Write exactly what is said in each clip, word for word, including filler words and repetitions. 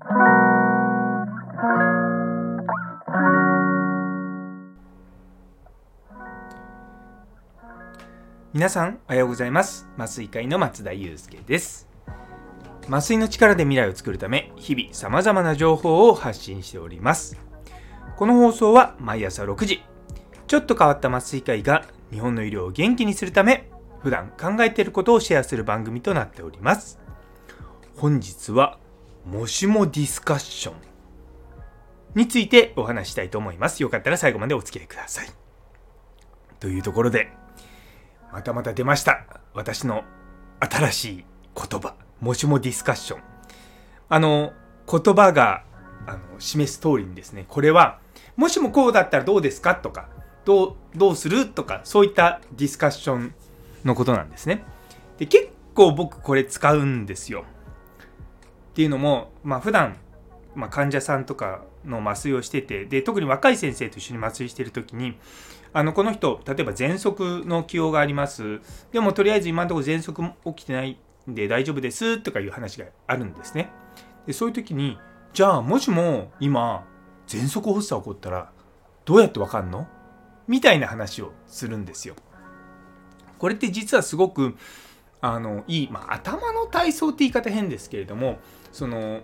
皆さんおはようございます。麻酔科医の松田祐介です。麻酔の力で未来を作るため、日々様々な情報を発信しております。この放送は毎朝ろくじ、ちょっと変わった麻酔科医が日本の医療を元気にするため、普段考えていることをシェアする番組となっております。本日はもしもディスカッションについてお話したいと思います。よかったら最後までお付き合いください。というところで、またまた出ました。私の新しい言葉。もしもディスカッション。あの、言葉があの示す通りにですね、これは、もしもこうだったらどうですかとか、どう、どうするとか、そういったディスカッションのことなんですね。で、結構僕これ使うんですよ。っていうのも、まあ普段、まあ、患者さんとかの麻酔をしてて、で、特に若い先生と一緒に麻酔しているときに、あのこの人、例えば喘息の起用があります。でもとりあえず今のところ喘息起きてないんで大丈夫ですとかいう話があるんですね。でそういう時に、じゃあもしも今喘息発作起こったらどうやってわかんのみたいな話をするんですよ。これって実はすごくあのいい、まあ、頭の体操って言い方変ですけれども、その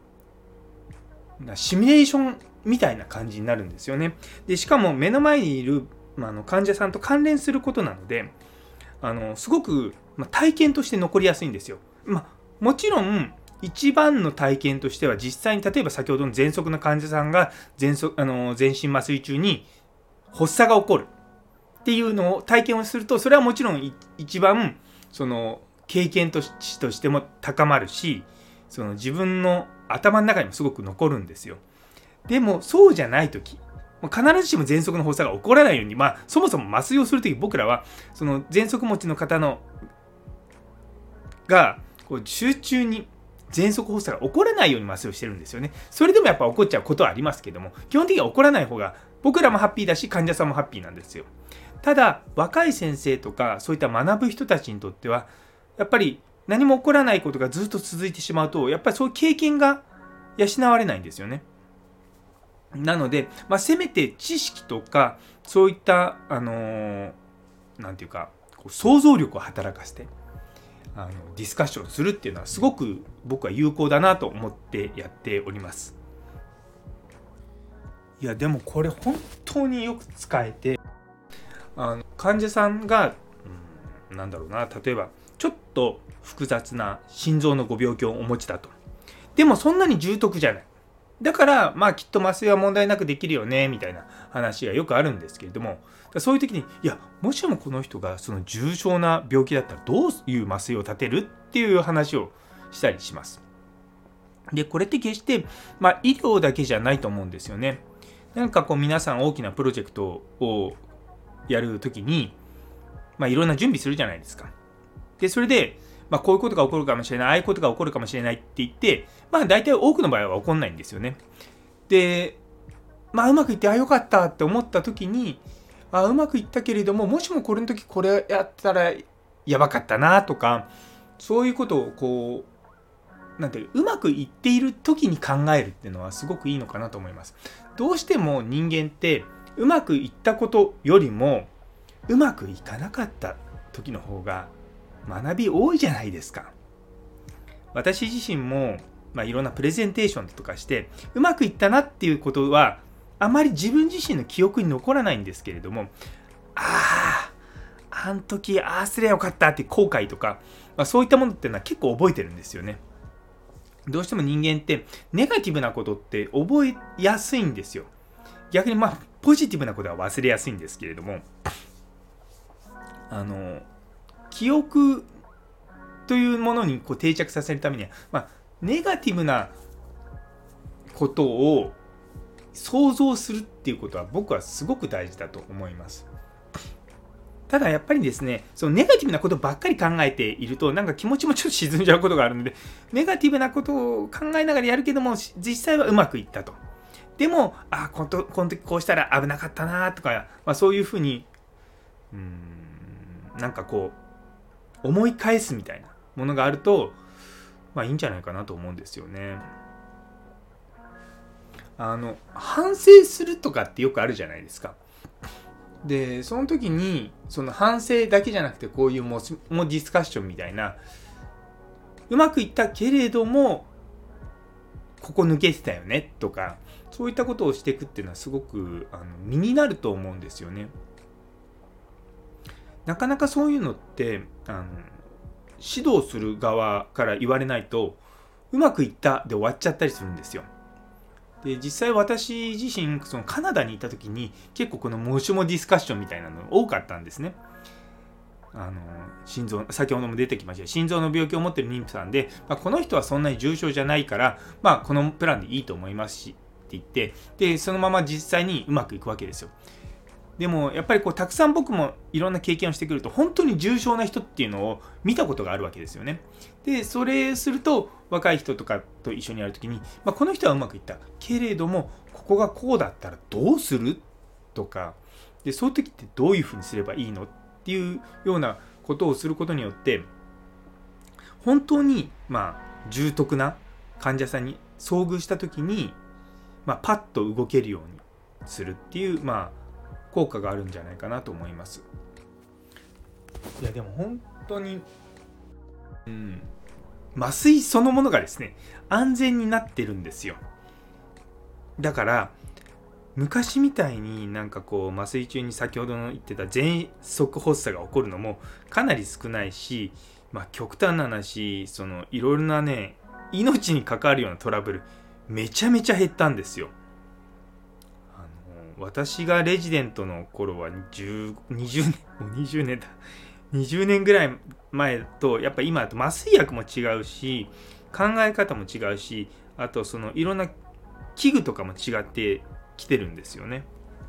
シミュレーションみたいな感じになるんですよね。でしかも目の前にいる、まあ、の患者さんと関連することなので、あのすごく、まあ、体験として残りやすいんですよ。まあ、もちろん一番の体験としては、実際に例えば先ほどの喘息の患者さんが全息あの全身麻酔中に発作が起こるっていうのを体験をすると、それはもちろん一番その経験としても高まるし、その自分の頭の中にもすごく残るんですよ。でもそうじゃないとき、必ずしも喘息の発作が起こらないように、まあそもそも麻酔をするとき、僕らはその喘息持ちの方のがこう集中に喘息発作が起こらないように麻酔をしてるんですよね。それでもやっぱ起こっちゃうことはありますけども、基本的には起こらない方が僕らもハッピーだし、患者さんもハッピーなんですよ。ただ若い先生とかそういった学ぶ人たちにとっては、やっぱり何も起こらないことがずっと続いてしまうと、やっぱりそういう経験が養われないんですよね。なので、まあ、せめて知識とかそういったあのー、なんていうかこう想像力を働かせてあのディスカッションするっていうのはすごく僕は有効だなと思ってやっております。いやでもこれ本当によく使えて、あの患者さんが、うん、なんだろうな、例えばちょっと複雑な心臓のご病気をお持ちだと。でもそんなに重篤じゃない。だからまあきっと麻酔は問題なくできるよねみたいな話がよくあるんですけれども、そういう時に、いやもしもこの人がその重症な病気だったらどういう麻酔を立てるっていう話をしたりします。でこれって決して、まあ、医療だけじゃないと思うんですよね。なんかこう皆さん大きなプロジェクトをやる時に、まあ、いろんな準備するじゃないですか。でそれでまあ、こういうことが起こるかもしれない、ああいうことが起こるかもしれないって言って、まあ大体多くの場合は起こんないんですよね。で、まあうまくいってああよかったって思った時に、あうまくいったけれども、もしもこれの時これやったらやばかったなとか、そういうことをこう、なんていう、うまくいっている時に考えるっていうのはすごくいいのかなと思います。どうしても人間ってうまくいったことよりもうまくいかなかった時の方が学び多いじゃないですか。私自身も、まあ、いろんなプレゼンテーションとかしてうまくいったなっていうことはあまり自分自身の記憶に残らないんですけれども、あああん時ああすりゃよかったって後悔とか、まあ、そういったものっていうのは結構覚えてるんですよね。どうしても人間ってネガティブなことって覚えやすいんですよ。逆にまあポジティブなことは忘れやすいんですけれども、あの記憶というものにこう定着させるためには、まあ、ネガティブなことを想像するっていうことは僕はすごく大事だと思います。ただやっぱりですね、そのネガティブなことばっかり考えているとなんか気持ちもちょっと沈んじゃうことがあるので、ネガティブなことを考えながらやるけども実際はうまくいったと。でもあこのこの時こうしたら危なかったなとか、まあ、そういうふうにうーんなんかこう思い返すみたいなものがあると、まあいいんじゃないかなと思うんですよね。 あの反省するとかってよくあるじゃないですか。でその時にその反省だけじゃなくてこういうももディスカッションみたいな、うまくいったけれどもここ抜けてたよねとか、そういったことをしていくっていうのはすごくあの身になると思うんですよね。なかなかそういうのってあの指導する側から言われないとうまくいったで終わっちゃったりするんですよ。で実際私自身そのカナダにいた時に結構このもしもディスカッションみたいなの多かったんですね。あの心臓先ほども出てきました心臓の病気を持っている妊婦さんで、まあ、この人はそんなに重症じゃないから、まあ、このプランでいいと思いますしって言って、でそのまま実際にうまくいくわけですよ。でもやっぱりこうたくさん僕もいろんな経験をしてくると本当に重症な人っていうのを見たことがあるわけですよね。でそれすると若い人とかと一緒にやるときに、まあ、この人はうまくいったけれどもここがこうだったらどうするとかで、そういう時ってどういうふうにすればいいのっていうようなことをすることによって本当にまあ重篤な患者さんに遭遇した時に、まあ、パッと動けるようにするっていうまあ効果があるんじゃないかなと思います。いやでも本当に、うん、麻酔そのものがですね安全になってるんですよ。だから昔みたいになんかこう麻酔中に先ほどの言ってた喘息発作が起こるのもかなり少ないし、まあ極端な話そのいろいろなね命に関わるようなトラブルめちゃめちゃ減ったんですよ。私がレジデントの頃はじゅう、にじゅうねん、もうにじゅうねんだ。にじゅうねんぐらい前と、やっぱ今だと麻酔薬も違うし、考え方も違うし、あとそのいろんな器具とかも違ってきてるんですよね。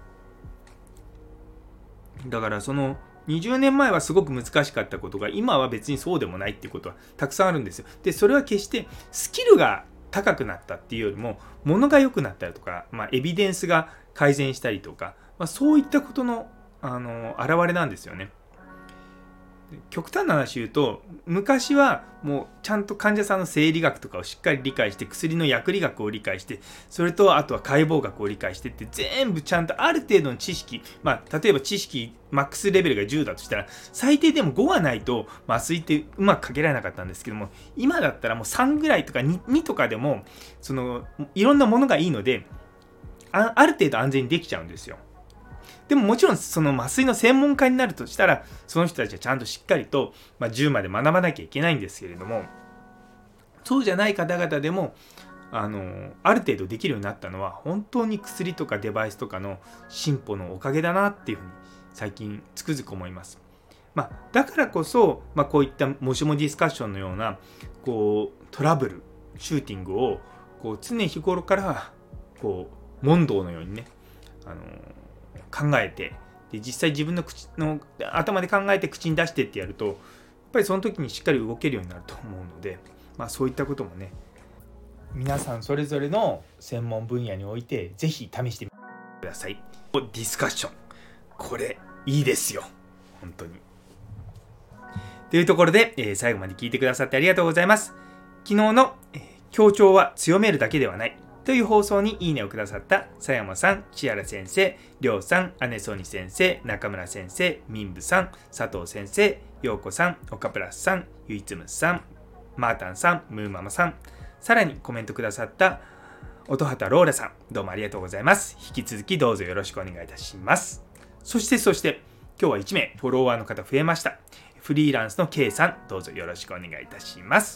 だからそのにじゅうねんまえはすごく難しかったことが、今は別にそうでもないっていうことはたくさんあるんですよ。で、それは決してスキルが高くなったっていうよりも、物が良くなったりとか、まあ、エビデンスが改善したりとか、まあ、そういったことの、あの現れなんですよね。極端な話言うと昔はもうちゃんと患者さんの生理学とかをしっかり理解して薬の薬理学を理解してそれとあとは解剖学を理解してって全部ちゃんとある程度の知識、まあ、例えば知識マックスレベルがじゅうだとしたら最低でもごはないと麻酔ってうまくかけられなかったんですけども、今だったらもうさんぐらいとか に, にとかでもそのいろんなものがいいので あ, ある程度安全にできちゃうんですよ。でももちろんその麻酔の専門家になるとしたらその人たちはちゃんとしっかりと、まあ、じゅうまで学ばなきゃいけないんですけれども、そうじゃない方々でもあのある程度できるようになったのは本当に薬とかデバイスとかの進歩のおかげだなっていうふうに最近つくづく思います。まあ、だからこそ、まあ、こういったもしもディスカッションのようなこうトラブルシューティングをこう常日頃からこう問答のようにねあの考えてで実際自分の口の頭で考えて口に出してってやるとやっぱりその時にしっかり動けるようになると思うので、まあ、そういったこともね皆さんそれぞれの専門分野においてぜひ試してみてください。ディスカッションこれいいですよ本当に。というところで、えー、最後まで聞いてくださってありがとうございます。昨日の、えー、強調は強めるだけではないという放送にいいねをくださった佐山さん、千原先生、りょうさん、姉ソニ先生、中村先生、民部さん、佐藤先生、陽子さん、岡プラスさん、ゆいつむさん、マータンさん、ムーママさん、さらにコメントくださった音畑ローラさん、どうもありがとうございます。引き続きどうぞよろしくお願いいたします。そしてそして今日はいち名フォロワーの方増えました。フリーランスの K さん、どうぞよろしくお願いいたします。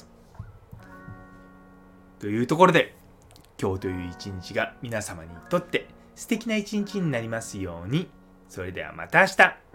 というところで今日という一日が皆様にとって素敵な一日になりますように。それではまた明日。